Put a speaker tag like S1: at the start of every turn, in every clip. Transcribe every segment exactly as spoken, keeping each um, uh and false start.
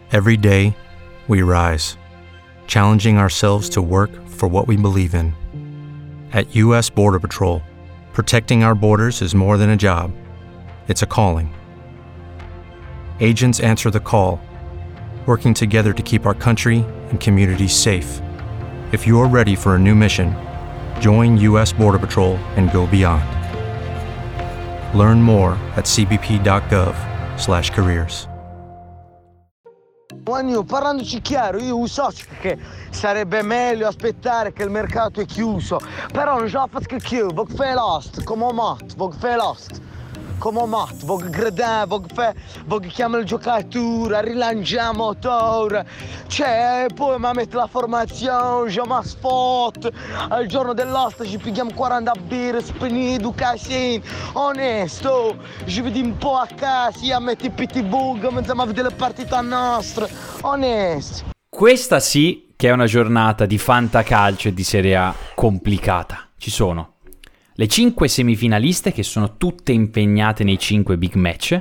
S1: Every day, we rise, challenging ourselves to work for what we believe in. At U S Border Patrol, protecting our borders is more than a job, it's a calling. Agents answer the call, working together to keep our country and communities safe. If you're ready for a new mission, join U S Border Patrol and go beyond. Learn more at c b p dot gov slash careers.
S2: Io, parlandoci chiaro, io so che sarebbe meglio aspettare che il mercato è chiuso, però non ce la faccio più, voglio fare l'host, come mat, voglio fare l'host, come mat, voglio gradare, voglio fare, voglio chiamare il giocatore, rilanciare il motore, cioè, poi mi mette la formazione, ci mi sfotto, al giorno dell'host ci pigliamo quaranta birre, spenido, casino, onesto, ci vediamo un po' a casa, a mettere i P T V, cominciamo a vedere le partite nostre, onesto.
S3: Questa sì che è una giornata di fantacalcio e di Serie A complicata. Ci sono le cinque semifinaliste che sono tutte impegnate nei cinque big match.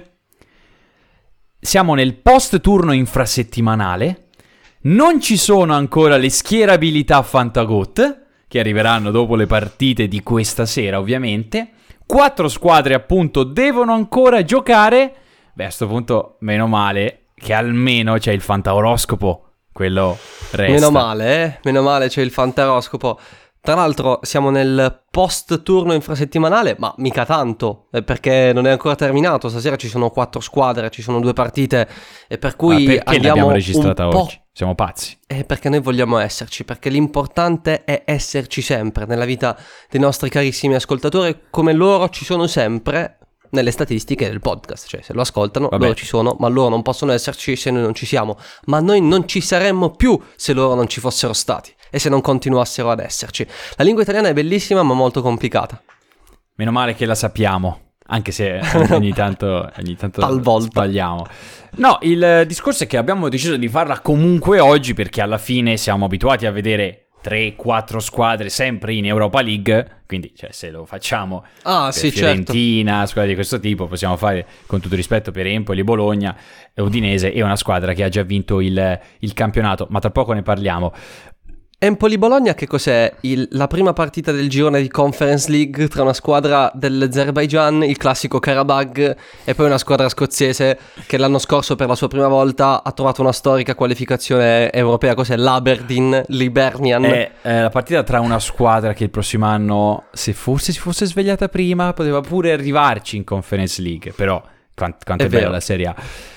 S3: Siamo nel post-turno infrasettimanale. Non ci sono ancora le schierabilità Fantagot, che arriveranno dopo le partite di questa sera, ovviamente. Quattro squadre, appunto, devono ancora giocare. Beh, a questo punto, meno male che almeno c'è il fantaoroscopo. Quello resta.
S4: Meno male, eh? Meno male c'è il fantaoroscopo. Tra l'altro siamo nel post-turno infrasettimanale, ma mica tanto, perché non è ancora terminato. Stasera ci sono quattro squadre, ci sono due partite, e per cui
S3: ma perché
S4: andiamo
S3: l'abbiamo registrata
S4: un
S3: oggi?
S4: Po'...
S3: Siamo pazzi.
S4: È perché noi vogliamo esserci, perché l'importante è esserci sempre nella vita dei nostri carissimi ascoltatori, come loro ci sono sempre nelle statistiche del podcast. Cioè, se lo ascoltano,
S3: Vabbè,
S4: loro ci sono, ma loro non possono esserci se noi non ci siamo. Ma noi non ci saremmo più se loro non ci fossero stati e se non continuassero ad esserci. La lingua italiana è bellissima ma molto complicata.
S3: Meno male che la sappiamo, anche se ogni tanto, ogni tanto
S4: Talvolta
S3: sbagliamo. No, il discorso è che abbiamo deciso di farla comunque oggi, perché alla fine siamo abituati a vedere tre quattro squadre sempre in Europa League, quindi cioè, se lo facciamo
S4: ah,
S3: per
S4: sì,
S3: Fiorentina,
S4: certo,
S3: squadre di questo tipo, possiamo fare, con tutto rispetto per Empoli, Bologna, Udinese, è una squadra che ha già vinto il, il campionato, ma tra poco ne parliamo.
S4: Empoli-Bologna che cos'è? Il, la prima partita del girone di Conference League tra una squadra dell'Azerbaijan, il classico Karabag, e poi una squadra scozzese che l'anno scorso per la sua prima volta ha trovato una storica qualificazione europea. Cos'è? L'Aberdeen, l'Hibernian.
S3: È eh, la partita tra una squadra che il prossimo anno, se forse si fosse svegliata prima, poteva pure arrivarci in Conference League, però quant- quanto è, è bella la Serie A.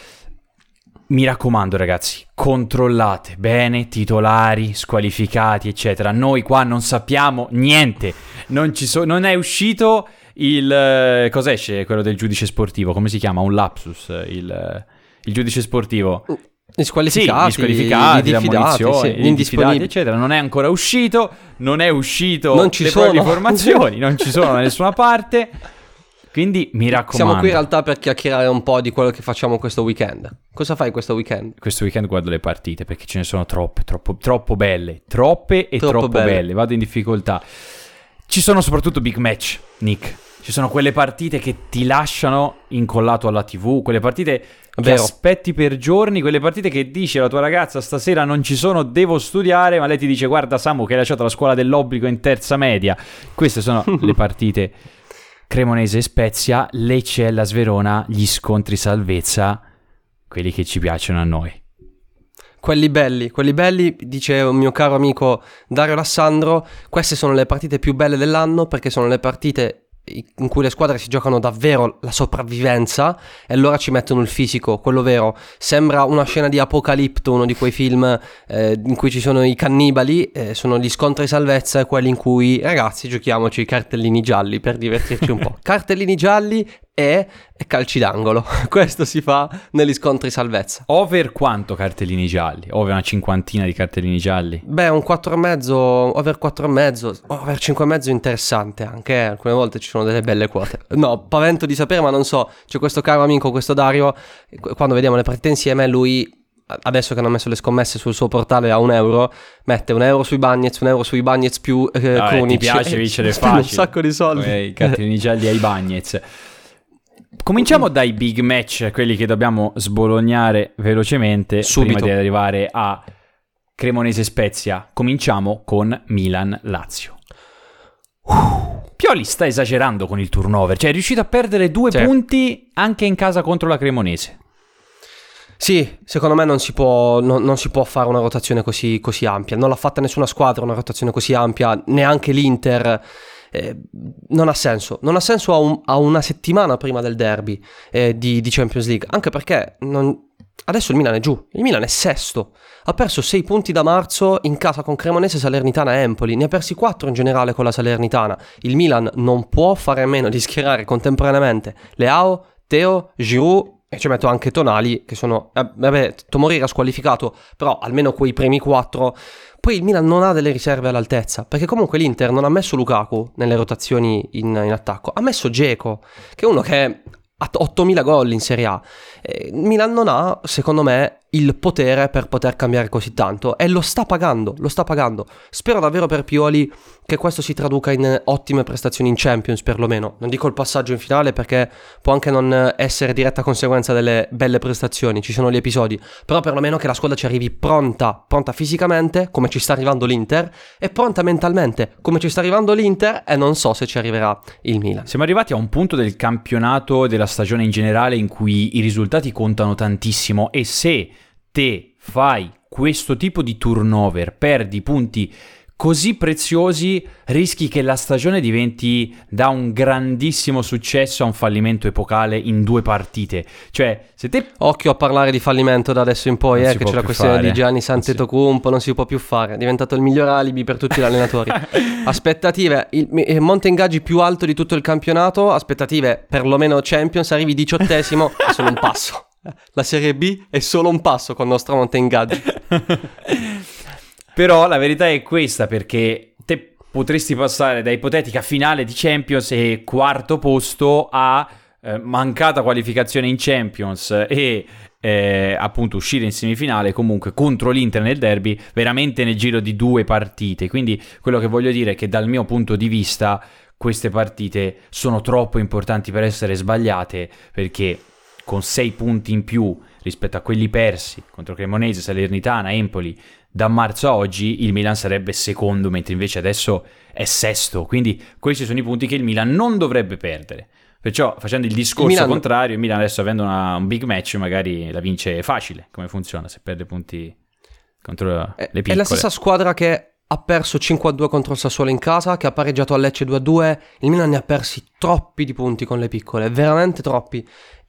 S3: Mi raccomando ragazzi, controllate bene titolari, squalificati eccetera. Noi qua non sappiamo niente, non, ci so- non è uscito il... Eh, cosa esce quello del giudice sportivo? Come si chiama? Un lapsus, il, eh, il giudice sportivo.
S4: Gli squalificati,
S3: sì, gli squalificati,
S4: gli
S3: l'ammonizione,
S4: sì,
S3: gli indisponibili eccetera. Non è ancora uscito, non è uscito
S4: non ci
S3: le
S4: sono.
S3: proprie formazioni, non ci sono da nessuna parte. Quindi mi raccomando.
S4: Siamo qui in realtà per chiacchierare un po' di quello che facciamo questo weekend. Cosa fai questo weekend?
S3: Questo weekend guardo le partite perché ce ne sono troppe, troppo, troppo belle. Troppe e
S4: troppo,
S3: troppo belle.
S4: belle.
S3: Vado in difficoltà. Ci sono soprattutto big match, Nick. Ci sono quelle partite che ti lasciano incollato alla tivù, quelle partite che
S4: Vero.
S3: aspetti per giorni, quelle partite che dici alla tua ragazza stasera non ci sono, devo studiare, ma lei ti dice guarda Samu che hai lasciato la scuola dell'obbligo in terza media. Queste sono le partite. Cremonese e Spezia, Lecce e Hellas Verona, gli scontri salvezza, quelli che ci piacciono a noi.
S4: Quelli belli, quelli belli, dice un mio caro amico Dario Lassandro, queste sono le partite più belle dell'anno perché sono le partite in cui le squadre si giocano davvero la sopravvivenza e allora ci mettono il fisico, quello vero. Sembra una scena di Apocalipto, uno di quei film eh, in cui ci sono i cannibali, eh, sono gli scontri salvezza e quelli in cui ragazzi giochiamoci i cartellini gialli per divertirci un po'. Cartellini gialli e, e calci d'angolo, questo si fa negli scontri salvezza.
S3: Over quanto cartellini gialli? Over una cinquantina di cartellini gialli?
S4: Beh, un quattro e mezzo, over quattro e mezzo, over cinque e mezzo interessante anche, eh? Alcune volte ci sono delle belle quote. No, pavento di sapere, ma non so, c'è questo caro amico, questo Dario, quando vediamo le partite insieme, lui, adesso che hanno messo le scommesse sul suo portale a un euro, mette un euro sui Bagnets, un euro sui Bagnets più eh,
S3: ah,
S4: cronici.
S3: Ti piace vincere
S4: facile.
S3: facile.
S4: Un sacco di soldi.
S3: I cartellini gialli ai Bagnets. Cominciamo dai big match, quelli che dobbiamo sbolognare velocemente
S4: subito,
S3: prima di arrivare a Cremonese Spezia. Cominciamo con Milan Lazio. Pioli sta esagerando con il turnover, cioè è riuscito a perdere due
S4: sì.
S3: punti anche in casa contro la Cremonese.
S4: Sì, secondo me non si può, non, non si può fare una rotazione così, così ampia. Non l'ha fatta nessuna squadra una rotazione così ampia, neanche l'Inter. Eh, non ha senso. Non ha senso a, un, a una settimana prima del derby eh, di, di Champions League. Anche perché non, adesso il Milan è giù. Il Milan è sesto. Ha perso sei punti da marzo in casa con Cremonese, Salernitana e Empoli. Ne ha persi quattro in generale con la Salernitana. Il Milan non può fare a meno di schierare contemporaneamente Leao, Teo, Giroud. E ci metto anche Tonali, che sono... Eh, vabbè, Tomori era squalificato, però almeno quei primi quattro. Poi il Milan non ha delle riserve all'altezza, perché comunque l'Inter non ha messo Lukaku nelle rotazioni in, in attacco. Ha messo Dzeko, che è uno che ha ottomila gol in Serie A. Eh, Milan non ha, secondo me, il potere per poter cambiare così tanto. E lo sta pagando, lo sta pagando. Spero davvero per Pioli che questo si traduca in ottime prestazioni in Champions, perlomeno. Non dico il passaggio in finale, perché può anche non essere diretta conseguenza delle belle prestazioni, ci sono gli episodi, però perlomeno che la squadra ci arrivi pronta, pronta fisicamente, come ci sta arrivando l'Inter, e pronta mentalmente, come ci sta arrivando l'Inter, e non so se ci arriverà il Milan.
S3: Siamo arrivati a un punto del campionato, della stagione in generale, in cui i risultati contano tantissimo, e se te fai questo tipo di turnover, perdi punti così preziosi, rischi che la stagione diventi da un grandissimo successo a un fallimento epocale in due partite. Cioè, se te...
S4: Occhio a parlare di fallimento da adesso in poi, eh, che c'è la questione fare. di Gianni Antetokounmpo, non si può più fare, è diventato il miglior alibi per tutti gli allenatori. Aspettative, il, il monte ingaggi più alto di tutto il campionato, aspettative perlomeno Champions, arrivi diciottesimo, è solo un passo. La Serie B è solo un passo con il nostro monte ingaggi.
S3: Però la verità è questa, perché te potresti passare da ipotetica finale di Champions e quarto posto a eh, mancata qualificazione in Champions e eh, appunto uscire in semifinale comunque contro l'Inter nel derby, veramente nel giro di due partite. Quindi quello che voglio dire è che dal mio punto di vista queste partite sono troppo importanti per essere sbagliate, perché con sei punti in più rispetto a quelli persi contro Cremonese, Salernitana, Empoli, da marzo a oggi il Milan sarebbe secondo, mentre invece adesso è sesto. Quindi questi sono i punti che il Milan non dovrebbe perdere. Perciò, facendo il discorso il Milan... contrario, il Milan adesso, avendo una, un big match, magari la vince facile. Come funziona se perde punti contro
S4: è,
S3: le piccole?
S4: È la stessa squadra che ha perso cinque a due contro il Sassuolo in casa, che ha pareggiato a Lecce due a due. Il Milan ne ha persi troppi di punti con le piccole, veramente troppi.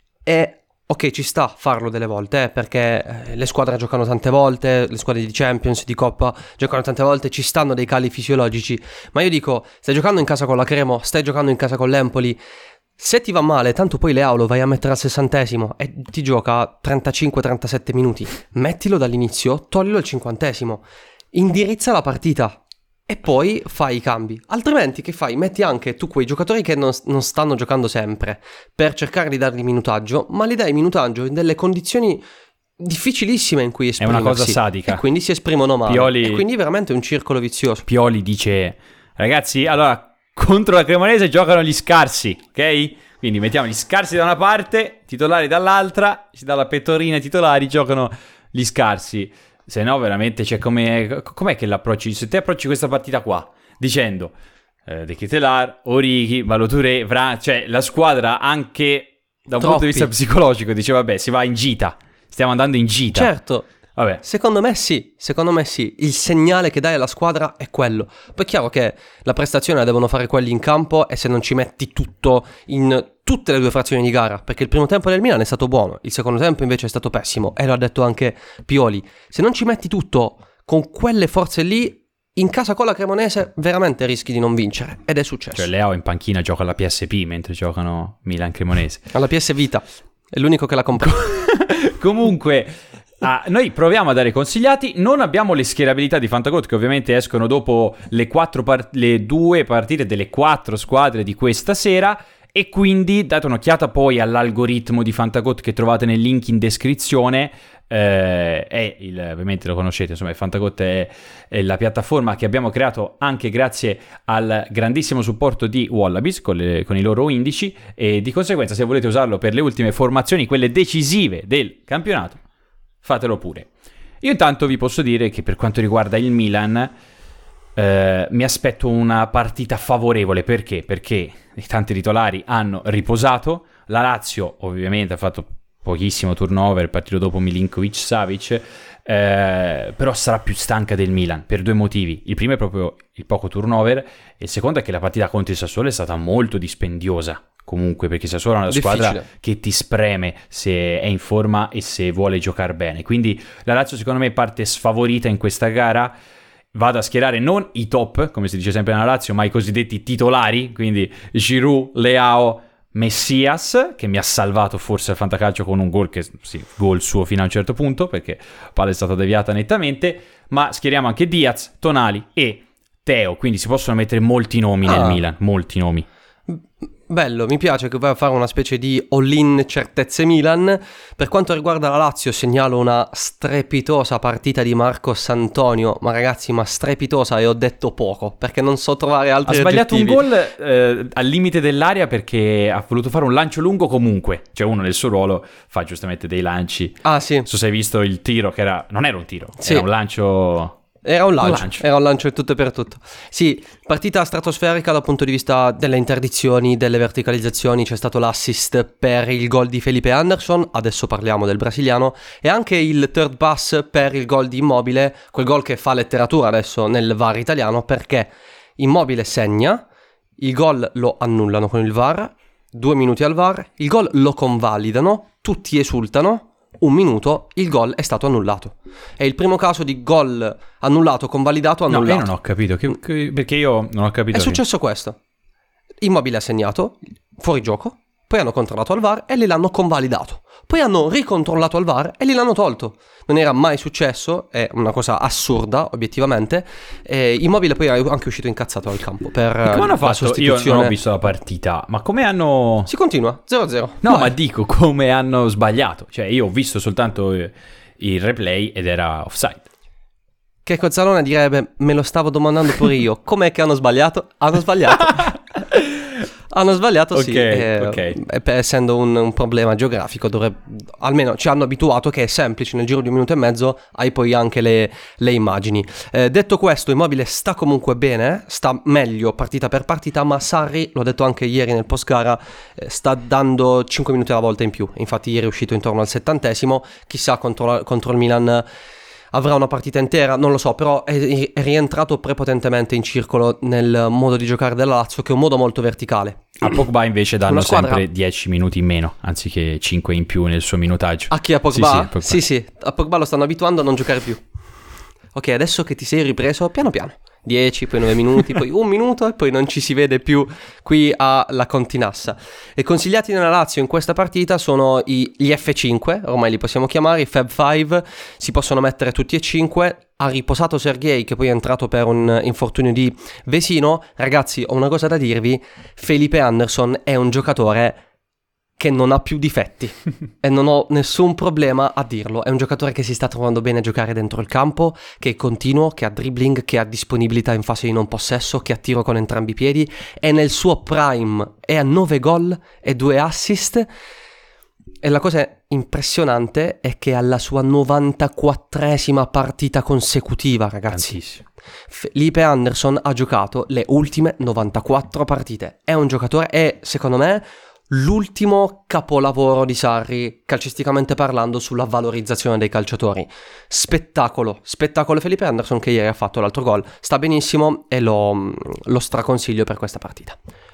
S4: E ok, ci sta farlo delle volte, eh, perché eh, le squadre giocano tante volte, le squadre di Champions, di Coppa giocano tante volte, ci stanno dei cali fisiologici, ma io dico, stai giocando in casa con la Cremo, stai giocando in casa con l'Empoli, se ti va male, tanto poi Leao lo vai a mettere al sessantesimo e ti gioca trentacinque trentasette minuti, mettilo dall'inizio, toglilo al cinquantesimo, indirizza la partita. E poi fai i cambi. Altrimenti che fai? Metti anche tu quei giocatori che non, non stanno giocando sempre per cercare di dargli minutaggio, ma li dai minutaggio in delle condizioni difficilissime in cui esprimersi.
S3: È una cosa sadica.
S4: E quindi si esprimono male.
S3: Pioli...
S4: E quindi veramente è un circolo vizioso.
S3: Pioli dice, ragazzi, allora, contro la Cremonese giocano gli scarsi, ok? Quindi mettiamo gli scarsi da una parte, titolari dall'altra, si dà la pettorina ai titolari, giocano gli scarsi. Se no veramente c'è, come com'è che l'approcci? Se te approcci questa partita qua dicendo eh, De Ketelaere, Origi, Ballo-Touré, Vra- cioè la squadra anche da un
S4: Troppi.
S3: punto di vista psicologico dice vabbè, si va in gita, stiamo andando in gita.
S4: Certo.
S3: Vabbè.
S4: Secondo me sì, secondo me sì, il segnale che dai alla squadra è quello. Poi è chiaro che la prestazione la devono fare quelli in campo, e se non ci metti tutto in tutte le due frazioni di gara, perché il primo tempo del Milan è stato buono, il secondo tempo invece è stato pessimo, e lo ha detto anche Pioli, se non ci metti tutto con quelle forze lì, in casa con la Cremonese veramente rischi di non vincere, ed è successo.
S3: Cioè Leao in panchina gioca alla P S P mentre giocano Milan Cremonese.
S4: Alla P S Vita, è l'unico che la compra.
S3: Comunque... Ah, noi proviamo a dare consigliati, non abbiamo le schierabilità di Fantagot che ovviamente escono dopo le, quattro part- le due partite delle quattro squadre di questa sera, e quindi date un'occhiata poi all'algoritmo di Fantagot che trovate nel link in descrizione, eh, è il, ovviamente lo conoscete, insomma, il Fantagot è, è la piattaforma che abbiamo creato anche grazie al grandissimo supporto di Wallabies con, le, con i loro indici, e di conseguenza se volete usarlo per le ultime formazioni, quelle decisive del campionato, fatelo pure. Io intanto vi posso dire che per quanto riguarda il Milan eh, mi aspetto una partita favorevole. Perché? Perché i tanti titolari hanno riposato, la Lazio ovviamente ha fatto pochissimo turnover, il partito dopo Milinkovic-Savic, eh, però sarà più stanca del Milan per due motivi. Il primo è proprio il poco turnover, e il secondo è che la partita contro il Sassuolo è stata molto dispendiosa comunque, perché il Sassuolo è una
S4: Difficile.
S3: squadra che ti spreme se è in forma e se vuole giocare bene, quindi la Lazio secondo me parte sfavorita in questa gara. Vado a schierare non i top, come si dice sempre nella Lazio, ma i cosiddetti titolari, quindi Giroud, Leao, Messias, che mi ha salvato forse al fantacalcio con un gol che sì, gol suo fino a un certo punto, perché la palla è stata deviata nettamente, ma schieriamo anche Diaz, Tonali e Teo, quindi si possono mettere molti nomi
S4: Ah.
S3: nel Milan, molti nomi.
S4: Bello, mi piace che vai a fare una specie di all-in certezze Milan. Per quanto riguarda la Lazio, segnalo una strepitosa partita di Marcos Antonio, ma ragazzi, ma strepitosa, e ho detto poco, perché non so trovare altri
S3: Ha sbagliato
S4: aggettivi.
S3: un gol eh, al limite dell'area perché ha voluto fare un lancio lungo comunque, cioè uno nel suo ruolo fa giustamente dei lanci.
S4: Ah sì,
S3: Non so se hai visto il tiro, che era non era un tiro,
S4: Sì.
S3: era un lancio...
S4: era un lancio,
S3: Un lancio.
S4: era un lancio in tutto e per tutto. Sì, partita stratosferica dal punto di vista delle interdizioni, delle verticalizzazioni. C'è stato l'assist per il gol di Felipe Anderson, adesso parliamo del brasiliano, e anche il third pass per il gol di Immobile, quel gol che fa letteratura adesso nel V A R italiano, perché Immobile segna, il gol lo annullano con il V A R, due minuti al V A R, il gol lo convalidano, tutti esultano, un minuto, il gol è stato annullato. È il primo caso di gol annullato, convalidato,
S3: No,
S4: annullato.
S3: io non ho capito, che- che- perché io non ho capito.
S4: È
S3: che-
S4: successo questo. Immobile ha segnato, fuori gioco, poi hanno controllato al V A R e li l'hanno convalidato. Poi hanno ricontrollato al V A R e li l'hanno tolto. Non era mai successo, è una cosa assurda obiettivamente. E Immobile poi è anche uscito incazzato dal campo per
S3: E come hanno
S4: la
S3: fatto? Io
S4: sostituzione.
S3: non ho visto la partita, ma come hanno...
S4: Si continua, zero a zero.
S3: No,
S4: Vai.
S3: ma dico, come hanno sbagliato. Cioè, io ho visto soltanto eh, il replay ed era offside.
S4: Che Cozzalone direbbe, me lo stavo domandando pure io, com'è che hanno sbagliato? Hanno sbagliato. Hanno sbagliato, sì,
S3: Ok,
S4: eh,
S3: ok.
S4: eh, per- essendo un, un problema geografico, dovrebbe, almeno ci hanno abituato che è semplice, nel giro di un minuto e mezzo hai poi anche le, le immagini. Eh, detto questo, Immobile sta comunque bene, sta meglio partita per partita, ma Sarri, l'ho detto anche ieri nel post gara, eh, sta dando cinque minuti alla volta in più, infatti ieri è uscito intorno al settantesimo, chissà contro, la- contro il Milan avrà una partita intera, non lo so, però è, è rientrato prepotentemente in circolo nel modo di giocare della Lazio, che è un modo molto verticale.
S3: A Pogba invece danno
S4: Una squadra-
S3: sempre dieci minuti in meno, anziché cinque in più nel suo minutaggio.
S4: A chi? A Pogba?
S3: Sì, sì, Pogba.
S4: Sì, sì, a Pogba lo stanno abituando a non giocare più. Ok, adesso che ti sei ripreso, piano piano. dieci, poi nove minuti, poi un minuto e poi non ci si vede più qui alla Continassa. E consigliati nella Lazio in questa partita sono i, gli F cinque, ormai li possiamo chiamare, i Fab cinque, si possono mettere tutti e cinque. Ha riposato Sergei, che poi è entrato per un infortunio di Vesino. Ragazzi, ho una cosa da dirvi, Felipe Anderson è un giocatore che non ha più difetti e non ho nessun problema a dirlo. È un giocatore che si sta trovando bene a giocare dentro il campo, che è continuo, che ha dribbling, che ha disponibilità in fase di non possesso, che ha tiro con entrambi i piedi, è nel suo prime, è a nove gol e due assist. E la cosa impressionante è che è alla sua novantaquattresima partita consecutiva, ragazzi.
S3: Tantissimo.
S4: Felipe Anderson ha giocato le ultime novantaquattro partite. È un giocatore, è secondo me l'ultimo capolavoro di Sarri, calcisticamente parlando, sulla valorizzazione dei calciatori. Spettacolo, spettacolo Felipe Anderson, che ieri ha fatto l'altro gol. Sta benissimo e lo, lo straconsiglio per questa partita.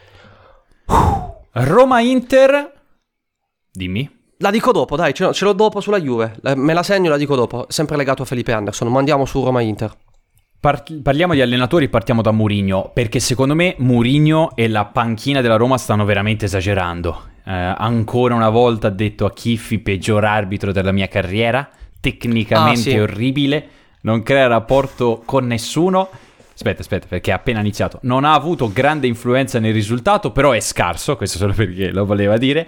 S3: Roma-Inter... Dimmi.
S4: La dico dopo, dai, ce l'ho, ce l'ho dopo sulla Juve. La- Me la segno e la dico dopo, sempre legato a Felipe Anderson. Ma andiamo su Roma-Inter.
S3: Par- parliamo di allenatori, partiamo da Mourinho, perché secondo me Mourinho e la panchina della Roma stanno veramente esagerando. Eh, ancora una volta ha detto a Chiffi, peggior arbitro della mia carriera, tecnicamente
S4: Ah, sì.
S3: orribile, non crea rapporto con nessuno. Aspetta, aspetta, perché ha appena iniziato. Non ha avuto grande influenza nel risultato, però è scarso, questo solo perché lo voleva dire.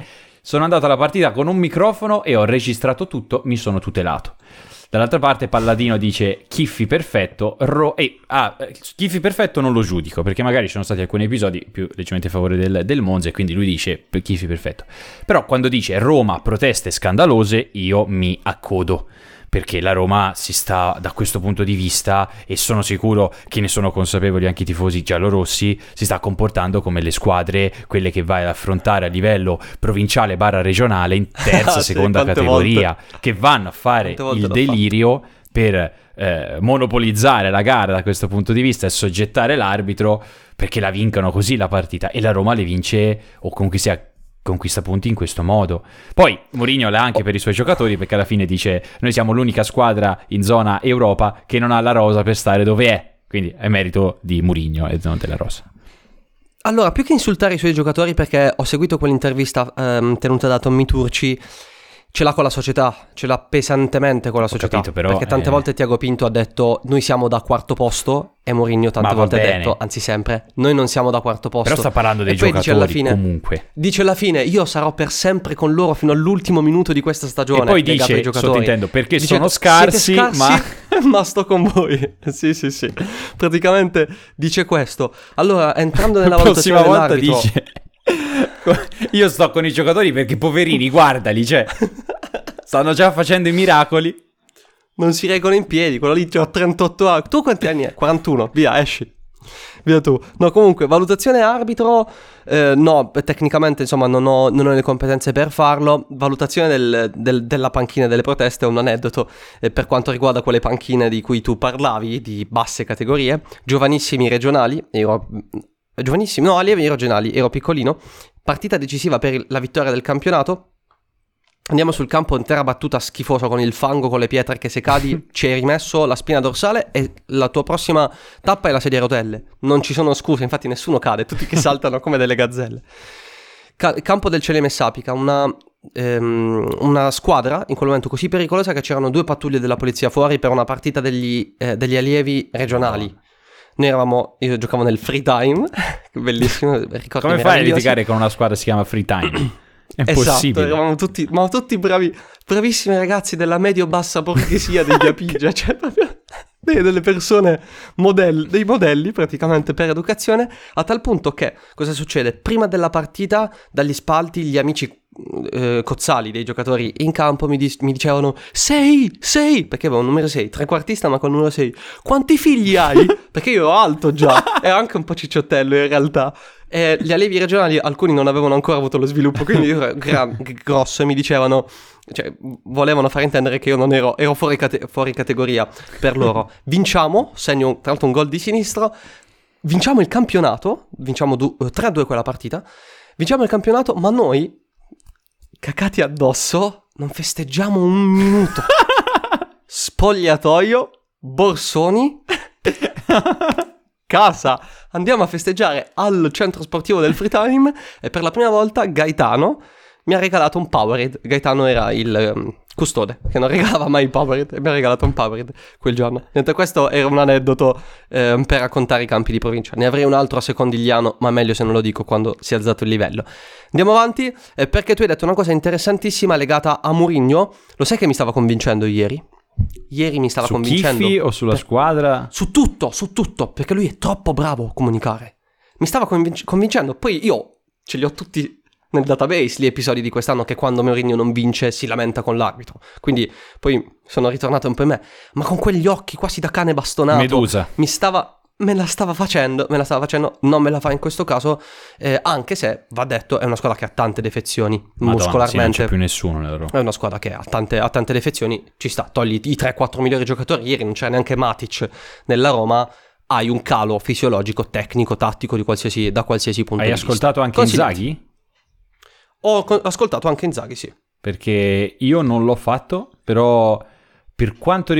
S3: sono andato alla partita con un microfono e ho registrato tutto, mi sono tutelato. Dall'altra parte Palladino dice Chiffi perfetto, Ro- e, ah, Chiffi perfetto non lo giudico, perché magari ci sono stati alcuni episodi più leggermente a favore del, del Monza e quindi lui dice Chiffi perfetto. Però quando dice Roma proteste scandalose io mi accodo, perché la Roma si sta, da questo punto di vista, e sono sicuro che ne sono consapevoli anche i tifosi giallorossi, si sta comportando come le squadre, quelle che vai ad affrontare a livello provinciale barra regionale in terza,
S4: sì,
S3: seconda categoria,
S4: volte?
S3: che vanno a fare il delirio per eh, monopolizzare la gara da questo punto di vista e soggettare l'arbitro perché la vincano così la partita, e la Roma le vince, o comunque sia conquista punti in questo modo. Poi Mourinho l'ha anche per i suoi giocatori, perché alla fine dice noi siamo l'unica squadra in zona Europa che non ha la rosa per stare dove è, quindi è merito di Mourinho e non della rosa.
S4: Allora, più che insultare i suoi giocatori, perché ho seguito quell'intervista ehm, tenuta da Tommy Turci, ce l'ha con la società, ce l'ha pesantemente con la
S3: Ho
S4: società,
S3: capito, però,
S4: perché tante
S3: eh...
S4: volte Tiago Pinto ha detto noi siamo da quarto posto, e Mourinho tante
S3: Ma va
S4: volte
S3: bene.
S4: ha detto, anzi sempre, noi non siamo da quarto posto.
S3: Però sta parlando dei
S4: e poi
S3: giocatori
S4: dice alla fine,
S3: comunque.
S4: Dice alla fine io sarò per sempre con loro fino all'ultimo minuto di questa stagione.
S3: E poi
S4: legato ai
S3: dice,
S4: giocatori.
S3: sottintendo, perché
S4: Dice,
S3: sono scarsi,
S4: "Siete scarsi
S3: ma...
S4: ma sto con voi". Sì, sì, sì. Praticamente dice questo. Allora, entrando nella
S3: La prossima
S4: valutazione
S3: volta
S4: dell'arbitro...
S3: dice io sto con i giocatori perché poverini, guardali, cioè stanno già facendo i miracoli.
S4: Non si reggono in piedi, quello lì c'ha trentotto anni. Tu quanti anni hai? quarantuno, via, esci. Via tu. No, comunque, valutazione arbitro, eh, no, tecnicamente insomma non ho, non ho le competenze per farlo. Valutazione del, del, della panchina delle proteste è un aneddoto eh, per quanto riguarda quelle panchine di cui tu parlavi, di basse categorie, giovanissimi regionali, ero... Giovanissimi, no, allievi regionali, ero piccolino, partita decisiva per la vittoria del campionato. Andiamo sul campo in terra battuta schifosa con il fango, con le pietre che se cadi ci hai rimesso la spina dorsale e la tua prossima tappa è la sedia a rotelle. Non ci sono scuse, infatti nessuno cade, tutti che saltano come delle gazzelle. Ca- campo del Celeme Sapica, una, ehm, una squadra in quel momento così pericolosa che c'erano due pattuglie della polizia fuori per una partita degli, eh, degli allievi regionali. Noi eravamo, io giocavo nel free time, bellissimo, ricordi
S3: Come fai a litigare con una squadra che si chiama free time? È impossibile.
S4: Esatto, eravamo tutti, ma tutti bravi, bravissimi ragazzi della medio-bassa borghesia degli Apigia, cioè proprio delle persone modelli, dei modelli praticamente per educazione, a tal punto che cosa succede? Prima della partita dagli spalti gli amici eh, cozzali dei giocatori in campo mi, dis- mi dicevano sei, sei, perché avevo un numero sei, trequartista ma con numero sei, quanti figli hai? Perché io ero alto già, ero anche un po' cicciottello in realtà. E gli allievi regionali, alcuni non avevano ancora avuto lo sviluppo, quindi io ero gran, grosso, e mi dicevano, cioè volevano fare intendere che io non ero, ero fuori, cate- fuori categoria per loro. Vinciamo, segno tra l'altro un gol di sinistro, vinciamo il campionato, vinciamo du- tre a due quella partita, vinciamo il campionato, ma noi, cacati addosso, non festeggiamo un minuto. Spogliatoio, borsoni... casa, andiamo a festeggiare al centro sportivo del free time e per la prima volta Gaetano mi ha regalato un Powerade. Gaetano era il um, custode che non regalava mai il Powerade e mi ha regalato un Powerade quel giorno. Niente, questo era un aneddoto eh, per raccontare i campi di provincia. Ne avrei un altro a Secondigliano, ma meglio se non lo dico quando si è alzato il livello. Andiamo avanti eh, perché tu hai detto una cosa interessantissima legata a Mourinho. Lo sai che mi stava convincendo ieri? Ieri mi stava
S3: su
S4: convincendo.
S3: Chiffi o sulla
S4: per...
S3: squadra?
S4: Su tutto, su tutto, perché lui è troppo bravo a comunicare. Mi stava convinc- convincendo. Poi io ce li ho tutti nel database, gli episodi di quest'anno che quando Mourinho non vince si lamenta con l'arbitro. Quindi poi sono ritornato un po' in me. Ma con quegli occhi quasi da cane bastonato.
S3: Medusa.
S4: Mi stava... Me la stava facendo, me la stava facendo, non me la fa in questo caso, eh, anche se, va detto, è una squadra che ha tante defezioni.
S3: Madonna,
S4: muscolarmente.
S3: sì, non c'è più nessuno nella Roma.
S4: È una squadra che ha tante, ha tante defezioni, ci sta, togli i tre quattro migliori giocatori, ieri non c'era neanche Matic nella Roma, hai un calo fisiologico, tecnico, tattico di qualsiasi, da qualsiasi punto
S3: Hai
S4: di vista.
S3: Hai ascoltato anche Inzaghi?
S4: Ho co- ascoltato anche Inzaghi, sì.
S3: Perché io non l'ho fatto, però per quanto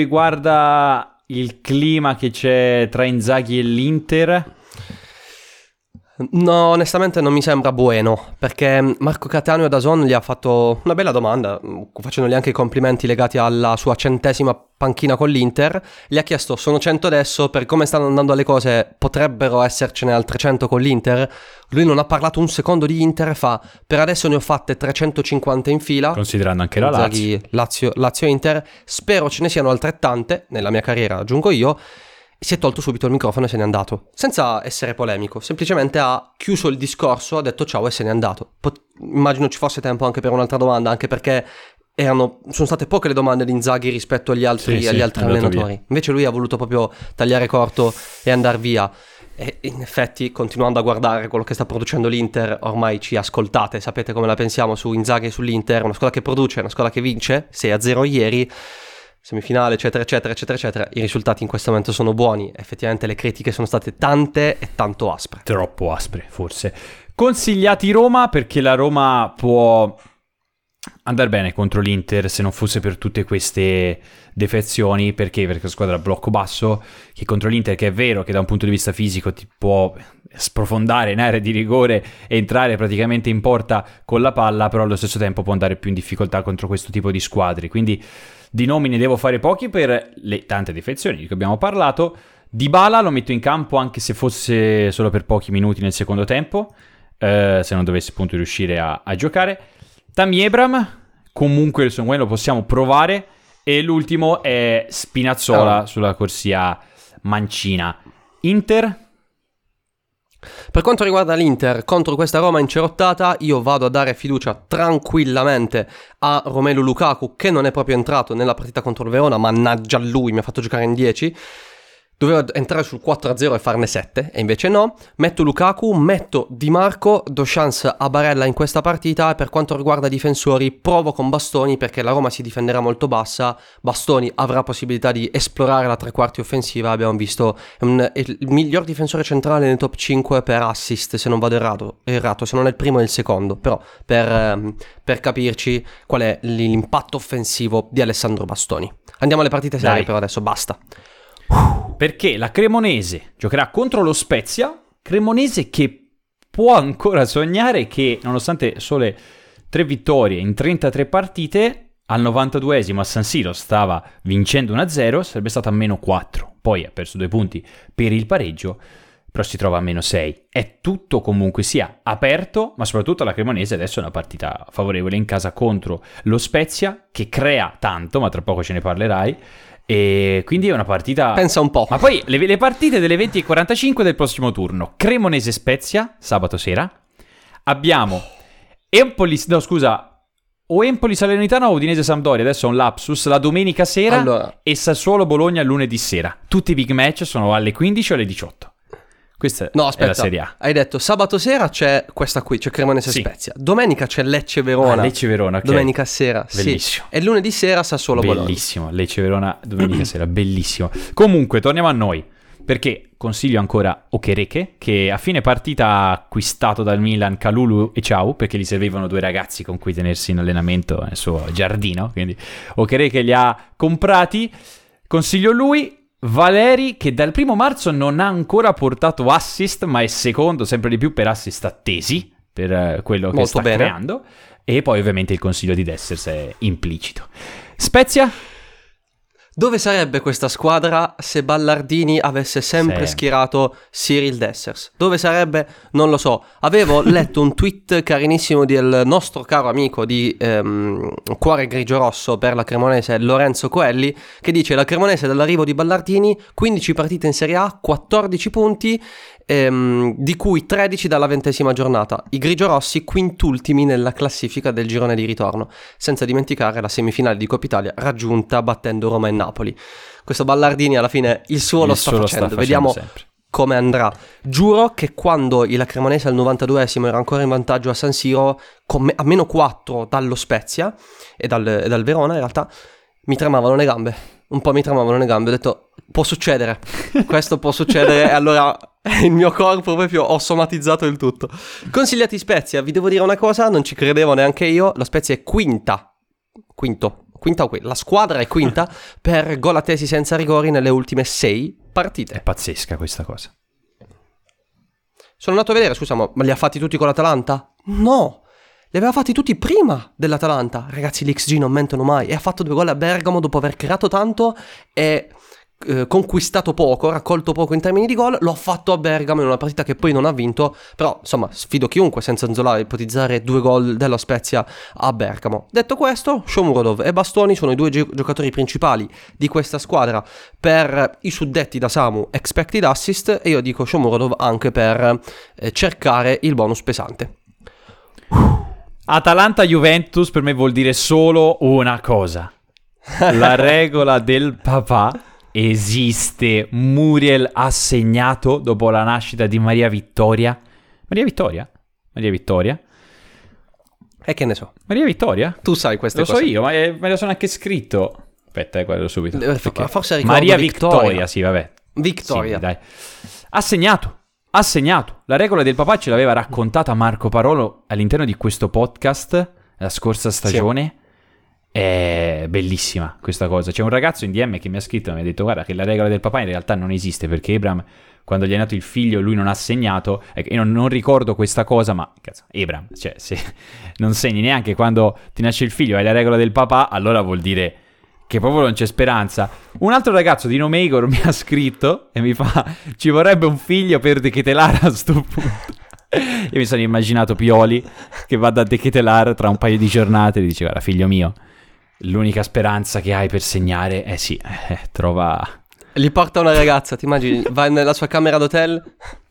S3: riguarda il clima che c'è tra Inzaghi e l'Inter,
S4: No, onestamente non mi sembra buono, perché Marco Cattaneo da Dazon gli ha fatto una bella domanda, facendogli anche i complimenti legati alla sua centesima panchina con l'Inter. Gli ha chiesto: sono cento adesso, per come stanno andando le cose potrebbero essercene altre cento con l'Inter? Lui non ha parlato un secondo di Inter, fa: per adesso ne ho fatte trecentocinquanta in fila,
S3: considerando anche la Lazio.
S4: Lazio Lazio-Inter, spero ce ne siano altrettante nella mia carriera, aggiungo io. Si è tolto subito il microfono e se n'è andato, senza essere polemico, semplicemente ha chiuso il discorso, ha detto ciao e se n'è andato. Pot- immagino ci fosse tempo anche per un'altra domanda, anche perché erano, sono state poche le domande di Inzaghi rispetto agli altri,
S3: sì,
S4: agli
S3: sì,
S4: altri allenatori. Via. Invece lui ha voluto proprio tagliare corto e andare via. E in effetti, continuando a guardare quello che sta producendo l'Inter, ormai ci ascoltate, sapete come la pensiamo su Inzaghi e sull'Inter, una squadra che produce, una squadra che vince, sei a zero ieri, semifinale, eccetera, eccetera, eccetera, eccetera. I risultati in questo momento sono buoni. Effettivamente le critiche sono state tante e tanto aspre.
S3: Troppo aspre, forse. Consigliati Roma, perché la Roma può andare bene contro l'Inter se non fosse per tutte queste defezioni. Perché? Perché è una squadra a blocco basso, che contro l'Inter, che è vero che da un punto di vista fisico ti può sprofondare in area di rigore e entrare praticamente in porta con la palla, però allo stesso tempo può andare più in difficoltà contro questo tipo di squadre. Quindi di nomi ne devo fare pochi per le tante defezioni di cui abbiamo parlato. Dybala lo metto in campo anche se fosse solo per pochi minuti nel secondo tempo, eh, se non dovesse appunto riuscire a, a giocare. Tammy Abraham, comunque il Songwen lo possiamo provare. E l'ultimo è Spinazzola oh. sulla corsia mancina. Inter?
S4: Per quanto riguarda l'Inter, contro questa Roma incerottata, io vado a dare fiducia tranquillamente a Romelu Lukaku, che non è proprio entrato nella partita contro il Verona, mannaggia lui, mi ha fatto giocare in dieci. Doveva entrare sul quattro a zero e farne sette, e invece no. Metto Lukaku, metto Di Marco, do chance a Barella in questa partita. E per quanto riguarda i difensori, provo con Bastoni, perché la Roma si difenderà molto bassa. Bastoni avrà possibilità di esplorare la tre quarti offensiva. Abbiamo visto un, il miglior difensore centrale nei top cinque per assist, se non vado errato, errato se non è il primo è il secondo. Però per, ehm, per capirci qual è l'impatto offensivo di Alessandro Bastoni. Andiamo alle partite serie per adesso, basta.
S3: Perché la Cremonese giocherà contro lo Spezia, Cremonese che può ancora sognare che, nonostante sole tre vittorie in trentatré partite, al novantaduesimo a San Siro stava vincendo uno a zero, sarebbe stato a meno quattro, poi ha perso due punti per il pareggio, però si trova a meno sei. È tutto comunque sia aperto, ma soprattutto la Cremonese adesso è una partita favorevole in casa contro lo Spezia, che crea tanto, ma tra poco ce ne parlerai. E quindi è una partita...
S4: Pensa un po'.
S3: Ma poi le, le partite delle venti e quarantacinque del prossimo turno. Cremonese-Spezia, sabato sera. Abbiamo Empoli... No, scusa. O Empoli-Salernitana o Udinese-Sampdoria. Adesso è un lapsus. La domenica sera
S4: allora...
S3: e Sassuolo-Bologna lunedì sera. Tutti i big match sono alle quindici o alle diciotto. Questa
S4: no, aspetta,
S3: è la Serie A.
S4: Hai detto sabato sera c'è questa qui, c'è Cremonese
S3: sì.
S4: Spezia. Domenica c'è Lecce-Verona.
S3: Ah, Lecce-Verona, ok.
S4: Domenica sera,
S3: bellissimo.
S4: Sì. E lunedì sera Sassuolo-Bologna.
S3: Bellissimo, Lecce-Verona domenica sera, bellissimo. Comunque, torniamo a noi, perché consiglio ancora Okereke, che a fine partita ha acquistato dal Milan Kalulu e Ciao, perché gli servivano due ragazzi con cui tenersi in allenamento nel suo giardino, quindi Okereke li ha comprati. Consiglio lui. Valeri, che dal primo marzo non ha ancora portato assist, ma è secondo sempre di più per assist attesi, per uh, quello
S4: molto
S3: che sta
S4: bene.
S3: creando. E poi ovviamente il consiglio di Dessers è implicito. Spezia?
S4: Dove sarebbe questa squadra se Ballardini avesse sempre
S3: Sì.
S4: schierato Cyril Dessers? Dove sarebbe? Non lo so. Avevo letto un tweet carinissimo del nostro caro amico di ehm, Cuore Grigio Rosso per la Cremonese, Lorenzo Coelli, che dice: la Cremonese dall'arrivo di Ballardini, quindici partite in Serie A, quattordici punti, ehm, di cui tredici dalla ventesima giornata. I grigiorossi quintultimi nella classifica del girone di ritorno, senza dimenticare la semifinale di Coppa Italia raggiunta battendo Roma e Napoli. Questo Ballardini alla fine il suo
S3: il
S4: lo sta
S3: suo
S4: facendo,
S3: lo sta
S4: vediamo
S3: sempre.
S4: Come andrà. Giuro che quando il Cremonese al novantaduesimo era ancora in vantaggio a San Siro con me- a meno quattro dallo Spezia e dal, e dal Verona, in realtà mi tremavano le gambe, un po' mi tremavano le gambe, ho detto può succedere, questo può succedere, e allora il mio corpo proprio ho somatizzato il tutto. Consigliati Spezia, vi devo dire una cosa, non ci credevo neanche io, la Spezia è quinta, quinto, quinta o qui, la squadra è quinta per gol attesi senza rigori nelle ultime sei partite.
S3: È pazzesca questa cosa.
S4: Sono andato a vedere, scusa, ma li ha fatti tutti con l'Atalanta? No! Li aveva fatti tutti prima dell'Atalanta. Ragazzi, l'X G non mentono mai. E ha fatto due gol a Bergamo dopo aver creato tanto e eh, conquistato poco, raccolto poco in termini di gol. Lo ha fatto a Bergamo in una partita che poi non ha vinto. Però, insomma, sfido chiunque senza Nzola a ipotizzare due gol della Spezia a Bergamo. Detto questo, Shomurodov e Bastoni sono i due gi- giocatori principali di questa squadra per i suddetti da Samu expected assist. E io dico Shomurodov anche per eh, cercare il bonus pesante.
S3: Atalanta-Juventus per me vuol dire solo una cosa. La regola del papà esiste. Muriel ha segnato dopo la nascita di Maria Vittoria. Maria Vittoria? Maria Vittoria?
S4: E che ne so.
S3: Maria Vittoria?
S4: Tu sai queste
S3: lo
S4: cose.
S3: Lo so io, ma è, me lo sono anche scritto. Aspetta, eh, guardo subito.
S4: Eh, forse ricordo
S3: Maria
S4: Vittoria.
S3: Vittoria, sì, vabbè.
S4: Vittoria.
S3: Sì, dai. Ha segnato. Ha segnato. La regola del papà ce l'aveva raccontata Marco Parolo all'interno di questo podcast la scorsa stagione. Sì. È bellissima questa cosa. C'è un ragazzo in D M che mi ha scritto e mi ha detto guarda che la regola del papà in realtà non esiste perché Ebram quando gli è nato il figlio lui non ha segnato. Io non, non ricordo questa cosa, ma cazzo, Ebram, cioè se non segni neanche quando ti nasce il figlio hai la regola del papà, allora vuol dire che proprio non c'è speranza. Un altro ragazzo di nome Igor mi ha scritto e mi fa ci vorrebbe un figlio per De Ketelar a sto punto. Io mi sono immaginato Pioli che va da De Ketelar tra un paio di giornate e gli dice guarda figlio mio, l'unica speranza che hai per segnare è eh sì, eh, trova...
S4: Gli porta una ragazza, ti immagini, va nella sua camera d'hotel,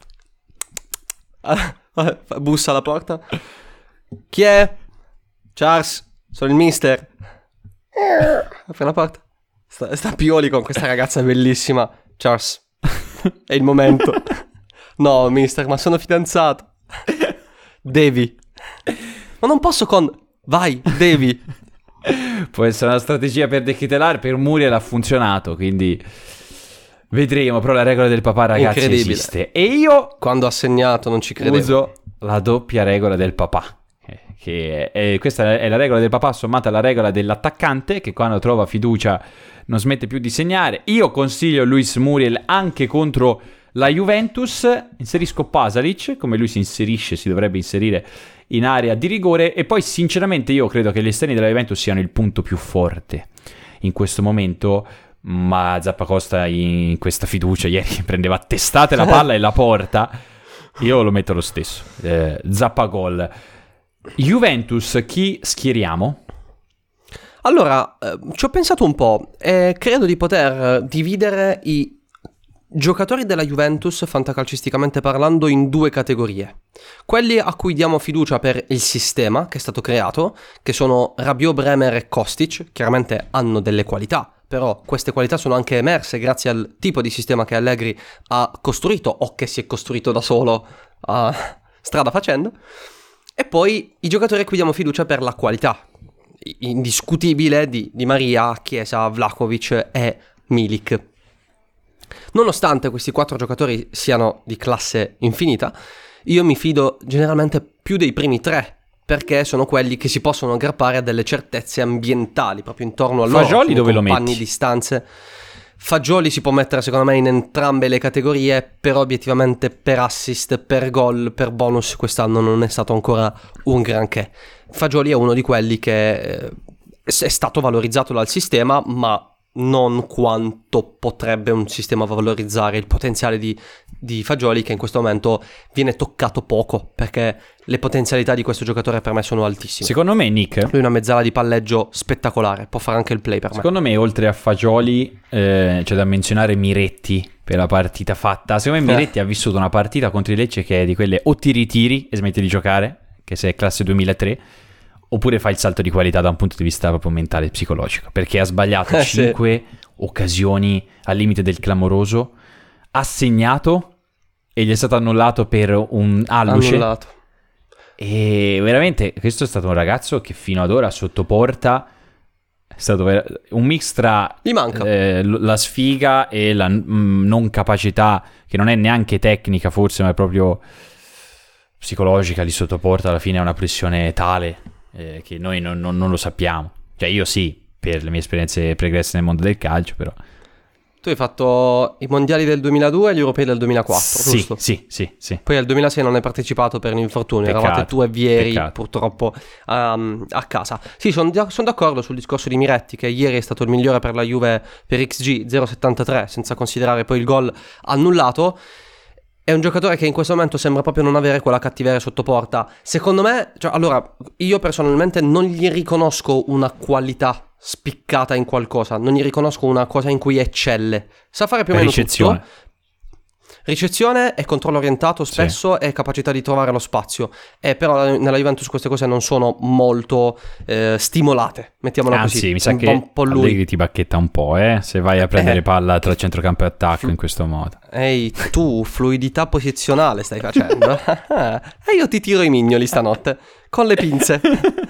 S4: bussa alla porta. Chi è? Charles, sono il mister. Apre la porta. Sta, sta Pioli con questa ragazza bellissima. Charles, è il momento. No, mister, ma sono fidanzato. Devi. Ma non posso con... Vai, devi.
S3: Può essere una strategia per De Ketelar, per Muriel ha funzionato, quindi vedremo. Però la regola del papà, ragazzi, esiste. E io,
S4: quando ha segnato, non ci credevo.
S3: Uso la doppia regola del papà. Che è, questa è la regola del papà sommata alla regola dell'attaccante che quando trova fiducia non smette più di segnare. Io consiglio Luis Muriel anche contro la Juventus. Inserisco Pasalic, come lui si inserisce, si dovrebbe inserire in area di rigore. E poi sinceramente io credo che gli esterni della Juventus siano il punto più forte in questo momento. Ma Zappacosta in questa fiducia ieri prendeva a testate la palla e la porta. Io lo metto lo stesso. eh, Zappa gol. Juventus, chi schieriamo?
S4: Allora, eh, ci ho pensato un po' e credo di poter dividere i giocatori della Juventus, fantacalcisticamente parlando, in due categorie. Quelli a cui diamo fiducia per il sistema che è stato creato, che sono Rabiot, Bremer e Kostic. Chiaramente hanno delle qualità, però queste qualità sono anche emerse grazie al tipo di sistema che Allegri ha costruito o che si è costruito da solo a strada facendo. E poi i giocatori a cui diamo fiducia per la qualità indiscutibile di, di Maria, Chiesa, Vlahovic e Milik. Nonostante questi quattro giocatori siano di classe infinita, io mi fido generalmente più dei primi tre, perché sono quelli che si possono aggrappare a delle certezze ambientali, proprio intorno a loro.
S3: Fagioli dove lo metti?
S4: Compagni di stanze. Fagioli si può mettere secondo me in entrambe le categorie, però obiettivamente per assist, per gol, per bonus quest'anno non è stato ancora un granché. Fagioli è uno di quelli che eh, è stato valorizzato dal sistema, ma non quanto potrebbe un sistema valorizzare il potenziale di, di Fagioli, che in questo momento viene toccato poco, perché le potenzialità di questo giocatore per me sono altissime.
S3: Secondo me, Nick,
S4: lui è una mezzala di palleggio spettacolare, può fare anche il play per
S3: secondo
S4: me.
S3: me, oltre a Fagioli eh, c'è da menzionare Miretti per la partita fatta. Secondo me Miretti eh. ha vissuto una partita contro il Lecce che è di quelle o ti ritiri e smetti di giocare, che se è classe duemilatré, oppure fai il salto di qualità da un punto di vista proprio mentale e psicologico, perché ha sbagliato
S4: eh,
S3: cinque sì. occasioni al limite del clamoroso, ha segnato e gli è stato annullato per un alluce.
S4: Annullato.
S3: E veramente questo è stato un ragazzo che fino ad ora sotto porta è stato ver- un mix tra
S4: Gli manca.
S3: Eh, la sfiga e la mh, non capacità, che non è neanche tecnica forse, ma è proprio psicologica lì sotto porta. Alla fine è una pressione tale eh, che noi non, non, non lo sappiamo. Cioè io sì, per le mie esperienze pregresse nel mondo del calcio, però
S4: Tu hai fatto i mondiali del duemiladue e gli europei del duemilaquattro,
S3: sì,
S4: giusto?
S3: Sì, sì, sì.
S4: Poi al duemilasei non hai partecipato per un infortunio,
S3: Peccato,
S4: eravate tu e Vieri
S3: peccato.
S4: purtroppo um, a casa. Sì, sono son d'accordo sul discorso di Miretti, che ieri è stato il migliore per la Juve per X G zero virgola settantatré, senza considerare poi il gol annullato. È un giocatore che in questo momento sembra proprio non avere quella cattiveria sotto porta. Secondo me, cioè, allora, io personalmente non gli riconosco una qualità spiccata in qualcosa, non gli riconosco una cosa in cui eccelle. Sa fare più o meno
S3: ricezione.
S4: tutto. Ricezione e controllo orientato spesso, sì, e capacità di trovare lo spazio. E però nella Juventus queste cose non sono molto eh, stimolate, mettiamola
S3: Anzi,
S4: così.
S3: mi sa
S4: un
S3: che
S4: un po' lui.
S3: Allegri ti bacchetta un po', eh, se vai a prendere
S4: Eh.
S3: palla tra centrocampo e attacco in questo modo.
S4: Ehi, tu fluidità posizionale stai facendo. E io ti tiro i mignoli stanotte con le pinze.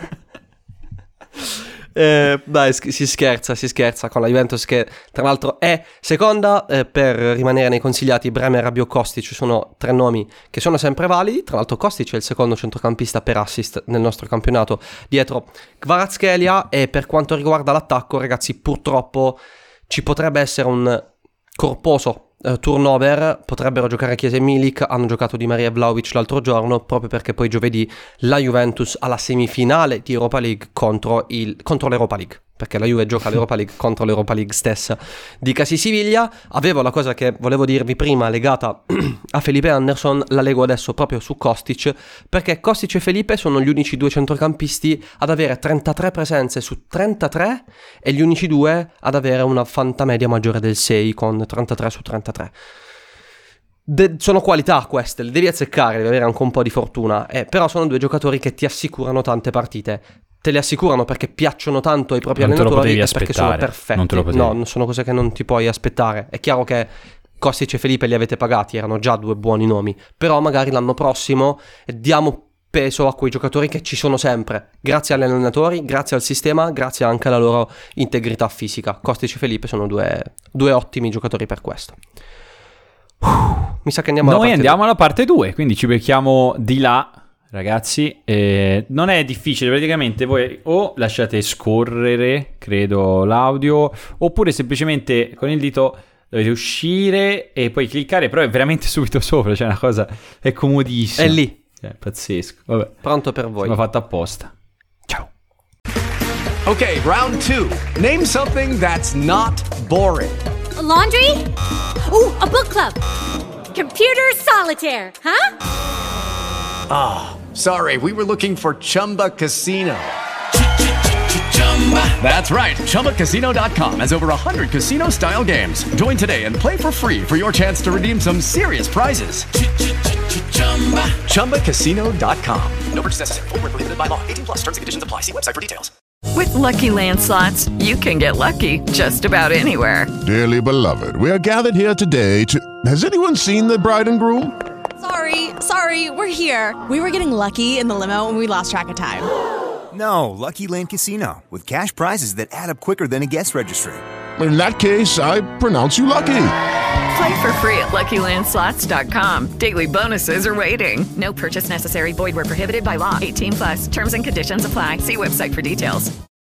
S4: Eh, dai, sch- si scherza, si scherza con la Juventus, che tra l'altro è seconda. Eh, per rimanere nei consigliati, Bremer, Rabiot, Kostic sono tre nomi che sono sempre validi. Tra l'altro Kostic è il secondo centrocampista per assist nel nostro campionato, dietro Kvaratskhelia. E per quanto riguarda l'attacco, ragazzi, purtroppo ci potrebbe essere un corposo Uh, turnover. Potrebbero giocare Chiesa e Milik, hanno giocato Di Maria e Vlahovic l'altro giorno, proprio perché poi giovedì la Juventus ha la semifinale di Europa League contro, il, contro l'Europa League, perché la Juve gioca l'Europa League contro l'Europa League stessa di Casi Siviglia. Avevo la cosa che volevo dirvi prima legata a Felipe Anderson, la leggo adesso proprio su Kostic, perché Kostic e Felipe sono gli unici due centrocampisti ad avere trentatré presenze su trentatré e gli unici due ad avere una fantamedia maggiore del sei con trentatré su trentatré. De- sono qualità queste, le devi azzeccare, devi avere anche un po' di fortuna, eh, però sono due giocatori che ti assicurano tante partite. Te le assicurano perché piacciono tanto ai propri
S3: Non te lo
S4: allenatori e
S3: potevi
S4: perché sono
S3: aspettare,
S4: perfetti.
S3: non te lo potevi.
S4: No, non sono cose che non ti puoi aspettare. È chiaro che Kostic e Felipe li avete pagati, erano già due buoni nomi, però magari l'anno prossimo diamo peso a quei giocatori che ci sono sempre, grazie agli allenatori, grazie al sistema, grazie anche alla loro integrità fisica. Kostic e Felipe sono due, due ottimi giocatori per questo. Uh, mi sa che andiamo alla
S3: Noi
S4: parte
S3: andiamo alla parte due, quindi ci becchiamo di là, ragazzi. Eh, non è difficile, praticamente voi o lasciate scorrere, credo, l'audio, oppure semplicemente con il dito dovete uscire e poi cliccare, però è veramente subito sopra, cioè una cosa, è comodissima.
S4: È lì.
S3: È pazzesco. Vabbè,
S4: pronto per voi.
S3: l'ho fatto apposta. Ciao.
S5: Okay, round two. Name something that's not boring.
S6: A laundry? Ooh, a book club. Computer solitaire, huh?
S5: Ah, oh, sorry, we were looking for Chumba Casino. That's right, Chumba Casino dot com has over one hundred casino-style games. Join today and play for free for your chance to redeem some serious prizes. Chumba Casino dot com. No purchase necessary. Void where prohibited by law. eighteen plus terms and conditions apply. See website for details.
S7: With Lucky Land Slots, you can get lucky just about anywhere.
S8: Dearly beloved, we are gathered here today to... Has anyone seen the bride and groom?
S9: Sorry, sorry, we're here. We were getting lucky in the limo and we lost track of time.
S10: No, Lucky Land Casino, with cash prizes that add up quicker than a guest registry.
S8: In that case, I pronounce you lucky.
S7: Play for free at Lucky Land Slots dot com. Daily bonuses are waiting. No purchase necessary. Void where prohibited by law. eighteen plus. Terms and conditions apply. See website for details.